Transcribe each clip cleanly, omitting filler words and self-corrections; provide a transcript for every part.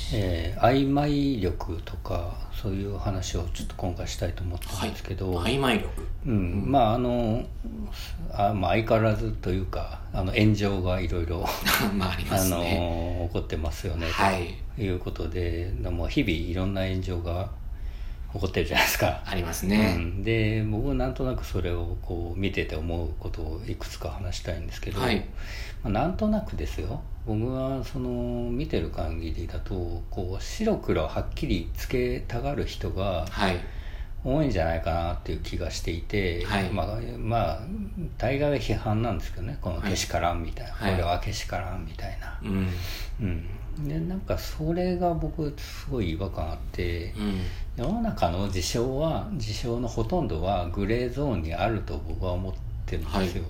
曖昧力とかそういう話をちょっと今回したいと思ってたんですけど、 曖昧力、 まあ相変わらずというか炎上がいろいろありますね、 起こってますよね、ということでもう日々いろんな炎上が起こってるじゃないですか。 ありますね、 で僕なんとなくそれをこう見てて思うことをいくつか話したいんですけど、なんとなくですよ、僕はその見てる限りだとこう白黒はっきりつけたがる人が多いんじゃないかなっていう気がしていて、まあ大概は批判なんですけどね、このけしからんみたいな、これはけしからんみたいな、でなんかそれが僕すごい違和感あって、世の中の事象のほとんどはグレーゾーンにあると僕は思ってるんですよ、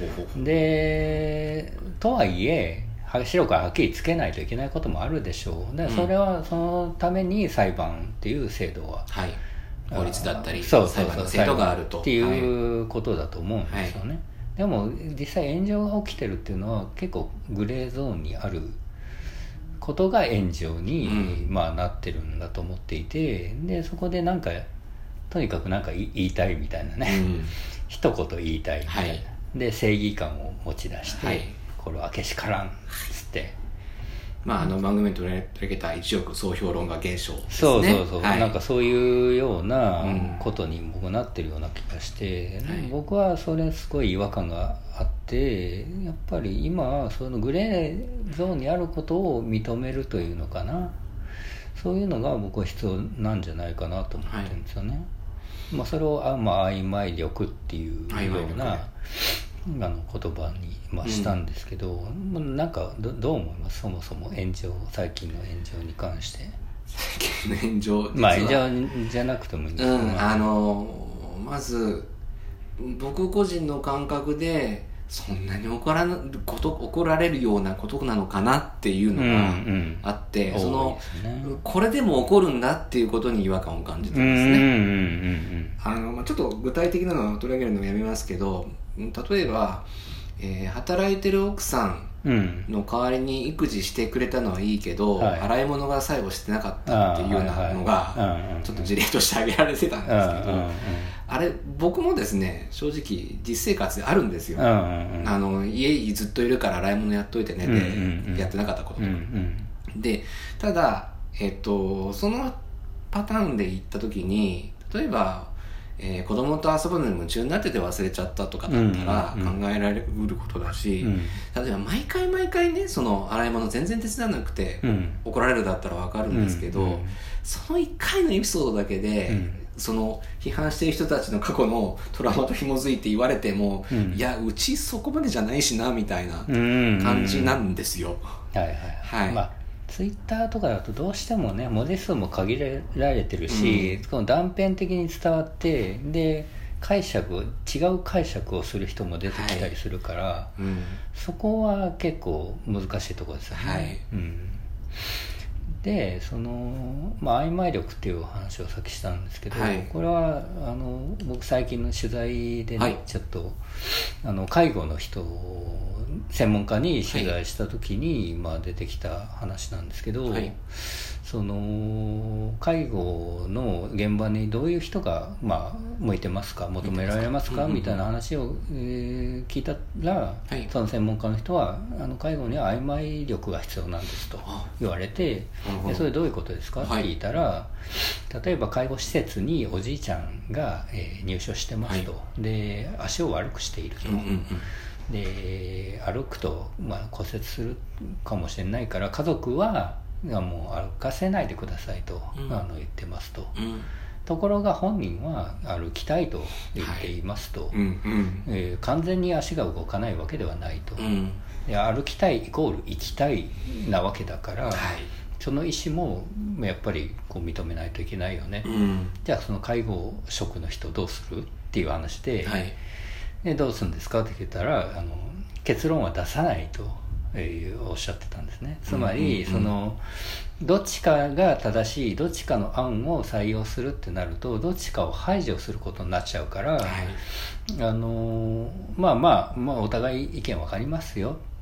でとはいえ白からはっきりつけないといけないこともあるでしょう。でそれはそのために裁判っていう制度は、 法律だったり裁判の制度があるとっていうことだと思うんですよね、でも実際炎上が起きてるっていうのは結構グレーゾーンにあることが炎上に、なってるんだと思っていて、でそこでとにかく言いたいみたいなね、一言言いたいみたいな、で正義感を持ち出して、これはけしからんっつって、 番組に取り上げた一億総評論家現象ですね。 そう、そういうようなことに僕なってるような気がして、僕はそれすごい違和感があって、やっぱり今そのグレーゾーンにあることを認めるというのかな、そういうのが僕は必要なんじゃないかなと思ってるんですよね、それを曖昧力っていうような言葉にしたんですけど、どう思います？そもそも最近の炎上に関して。 最近の炎上、 炎上じゃなくてもいいんですけど、 まず僕個人の感覚でそんなに怒られるようなことなのかなっていうのがあって、これでも怒るんだっていうことに違和感を感じてますね。ちょっと具体的なのを取り上げるのをやめますけど、例えば、働いてる奥さんの代わりに育児してくれたのはいいけど、洗い物が最後してなかったっていうようなのがちょっと事例として挙げられてたんですけど、あれ僕もですね、正直実生活であるんですよ。家にずっといるから洗い物やっといてねってやってなかったこととかで、ただそのパターンで言った時に、例えば子供と遊ぶのに夢中になってて忘れちゃったとかだったら考えられることだし、例えば毎回ね、その洗い物全然手伝わなくて怒られるだったら分かるんですけど、その1回のエピソードだけで、その批判している人たちの過去のトラウマと紐づいて言われても、いやうちそこまでじゃないしなみたいな感じなんですよ。 ツイッターとかだとどうしてもね、文字数も限られてるし、この断片的に伝わって、で違う解釈をする人も出てきたりするから、そこは結構難しいところですよね。で曖昧力っていう話をさっきしたんですけど、これは僕最近の取材でね、ちょっと介護の人専門家に取材した時に、出てきた話なんですけど、その介護の現場にどういう人が、向いてますか、求められますかみたいな話を、聞いたら、その専門家の人は介護には曖昧力が必要なんですと言われて、それどういうことですかって聞いたら、例えば介護施設におじいちゃんが、入所してますと、で足を悪くしていると、で歩くと、骨折するかもしれないから家族はもう歩かせないでくださいと、言ってますと、ところが本人は歩きたいと言っていますと、完全に足が動かないわけではないと、で歩きたいイコール生きたいなわけだから、その意思もやっぱりこう認めないといけないよね、じゃあその介護職の人どうするっていう話で、でどうするんですかって聞いたら結論は出さないとおっしゃってたんですね。つまり、どっちかが正しい、どっちかの案を採用するってなるとどっちかを排除することになっちゃうから、お互い意見分かりますよ、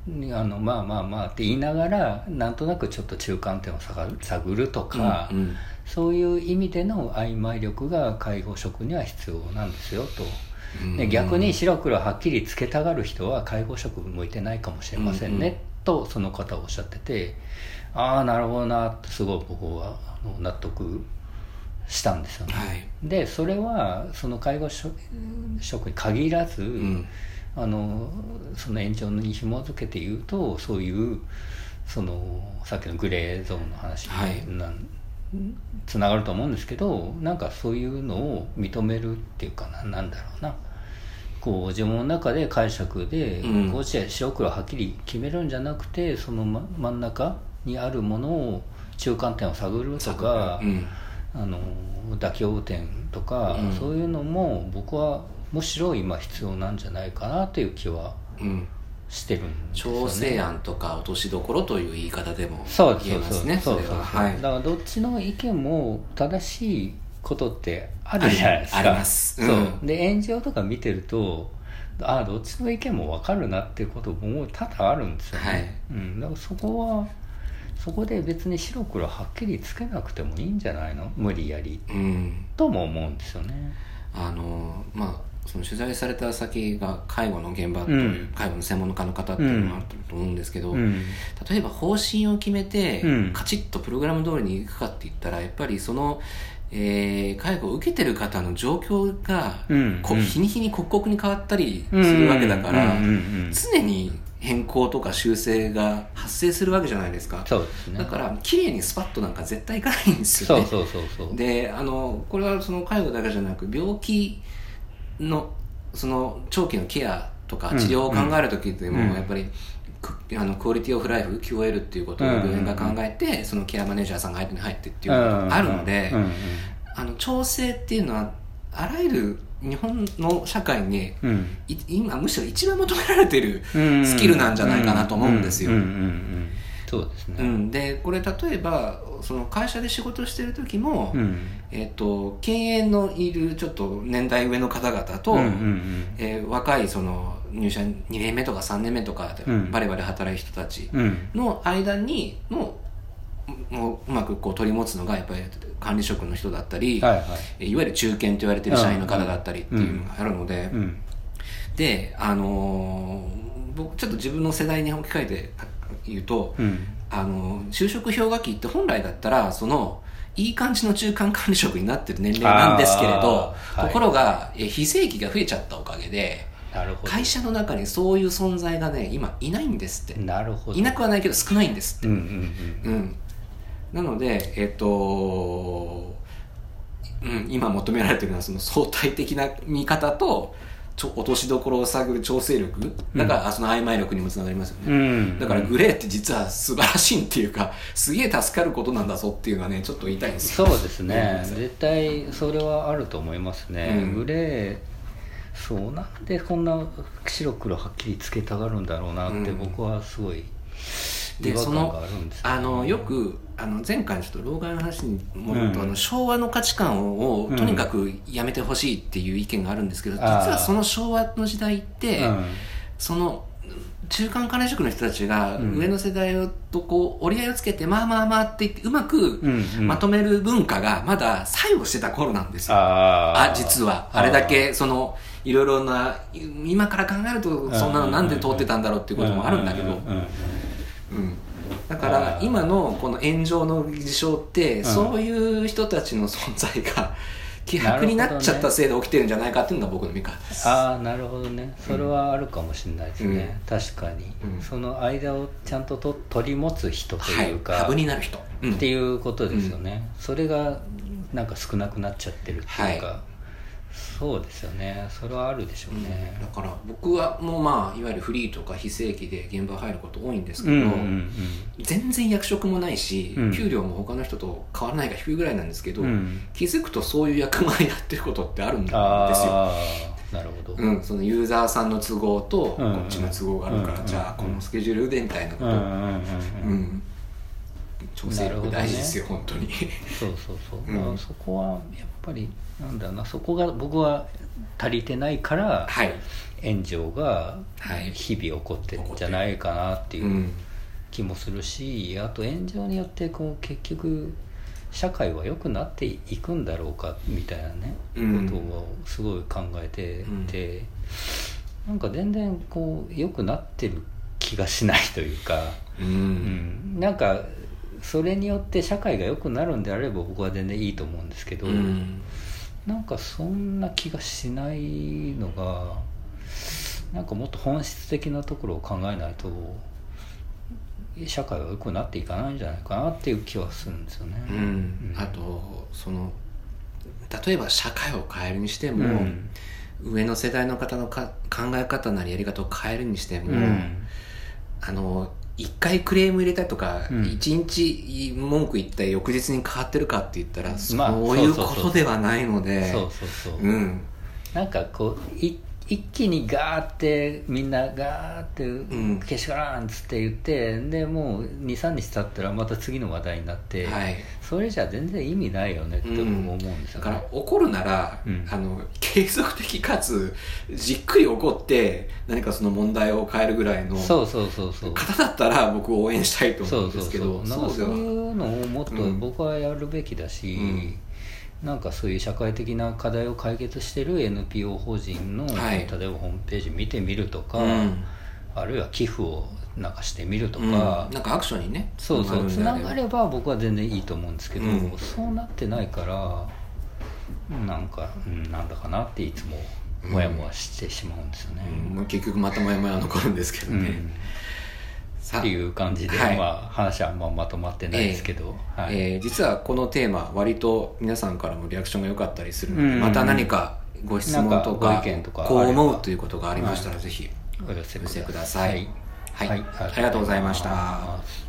まあまあまあって言いながらなんとなくちょっと中間点を探るとか、そういう意味での曖昧力が介護職には必要なんですよと。で逆に白黒はっきりつけたがる人は介護職向いてないかもしれませんね、とその方はおっしゃってて、ああなるほどなってすごい僕は納得したんですよね、はい、でそれはその介護職に限らず、その延長に紐づけて言うとそういうさっきのグレーゾーンの話につながると思うんですけど、なんかそういうのを認めるっていうかなんだろうな、こう自分の中で解釈でこうして白黒はっきり決めるんじゃなくて、その真ん中にあるものを中間点を探るとか、妥協点とか、そういうのも僕はむしろ今必要なんじゃないかなという気はしてるんですよね。 調整案とか落としどころという言い方でも言えますね。 そうだからどっちの意見も正しいことってあるじゃないですか。 あります、 そうで炎上とか見てるとどっちの意見も分かるなっていうことも多々あるんですよね、だからそこで別に白黒はっきりつけなくてもいいんじゃないの、無理やり、とも思うんですよね。 その取材された先が介護の現場という、介護の専門家の方っていうのもあると思うんですけど、例えば方針を決めて、カチッとプログラム通りにいくかって言ったらやっぱりその、介護を受けてる方の状況が、日に日に刻々に変わったりするわけだから、常に変更とか修正が発生するわけじゃないですか。 そうですね。 だから綺麗にスパッとなんか絶対いかないんですよね。 そうでこれはその介護だけじゃなく病気のその長期のケアとか治療を考えるときでもやっぱりクオリティオブライフ QOL っていうことを病院が考えて、そのケアマネージャーさんが相手に入ってっていうのがあるので、調整っていうのはあらゆる日本の社会に、今むしろ一番求められているスキルなんじゃないかなと思うんですよ。 そうですね。 でこれ例えばその会社で仕事してる時も、経営のいるちょっと年代上の方々と、若いその入社2年目とか3年目とかでバリバリ働いる人たちの間にもうまくこう取り持つのがやっぱり管理職の人だったり、いわゆる中堅と言われている社員の方だったりっていうのがあるので、で僕ちょっと自分の世代に置き換えて言うと、就職氷河期って本来だったらそのいい感じの中間管理職になってる年齢なんですけれど、ところが非正規が増えちゃったおかげで会社の中にそういう存在がね今いないんですって。 なるほど。 いなくはないけど少ないんですって。なので今求められているのはその相対的な見方と落としどころを探る調整力だから、その曖昧力にもつながりますよね、だからグレーって実は素晴らしいっていうかすげえ助かることなんだぞっていうのはねちょっと言いたいんですよ。 そうですね絶対それはあると思いますね、グレーなんでこんな白黒はっきりつけたがるんだろうなって僕はすごい違和感があるんですけど、 よく前回のちょっと老害の話に戻ると、昭和の価値観をとにかくやめてほしいっていう意見があるんですけど、実はその昭和の時代って、その中間管理職の人たちが上の世代とこう折り合いをつけてまあって言ってうまくまとめる文化がまだ作用してた頃なんですよ。実はあれだけそのいろいろな今から考えるとそんなのなんで通ってたんだろうっていうこともあるんだけど、だから今のこの炎上の事象ってそういう人たちの存在が希薄になっちゃったせいで起きてるんじゃないかっていうのが僕の見方です。 なるほどね。それはあるかもしれないですね、確かに、その間をちゃんと取り持つ人というか、 株になる人、 っていうことですよね、それがなんか少なくなっちゃってるっていうか、そうですよね。それはあるでしょうね、 だから僕はもういわゆるフリーとか非正規で現場入ること多いんですけど、全然役職もないし、給料も他の人と変わらないが低いぐらいなんですけど、気づくとそういう役割やってることってあるんですよ。 なるほど、 そのユーザーさんの都合とこっちの都合があるから、じゃあこのスケジュールでみたいなこと、調整力大事ですよ、本当に。 そこはやっぱりなんだろうな、そこが僕は足りてないから、 はい、 炎上が日々起こってるんじゃないかなっていう気もするし、あと炎上によってこう結局社会は良くなっていくんだろうかみたいなね、ことをすごい考えてて、なんか全然こう良くなってる気がしないというか、なんかそれによって社会が良くなるんであれば僕は全然いいと思うんですけど、なんかそんな気がしないのが、なんかもっと本質的なところを考えないと社会は良くなっていかないんじゃないかなっていう気はするんですよね。 あと例えば社会を変えるにしても、上の世代の方の考え方なりやり方を変えるにしても、一回クレーム入れたとか、一日文句言った翌日に変わってるかって言ったら、そういうことではないので、 なんかこう一気にガーってみんなガーってけしからんっつって言って、でもう 2,3 日経ったらまた次の話題になって、それじゃ全然意味ないよねって思うんですよね。 だから怒るなら、継続的かつじっくり怒って何かその問題を変えるぐらいの方だったら僕応援したいと思うんですけど、 そういうのをもっと僕はやるべきだし、なんかそういう社会的な課題を解決している NPO 法人の、例えばホームページ見てみるとか、あるいは寄付をなんかしてみるとか、 なんかアクションにねつながれば僕は全然いいと思うんですけど、そうなってないからなんか、なんだかなっていつもモヤモヤしてしまうんですよね。 結局またモヤモヤ残るんですけどね、 っていう感じで、話はまとまってないですけど、 実はこのテーマ割と皆さんからもリアクションが良かったりするので、また何かご質問とかご意見とかこう思うということがありましたら、ぜひお寄せください。ありがとうございました。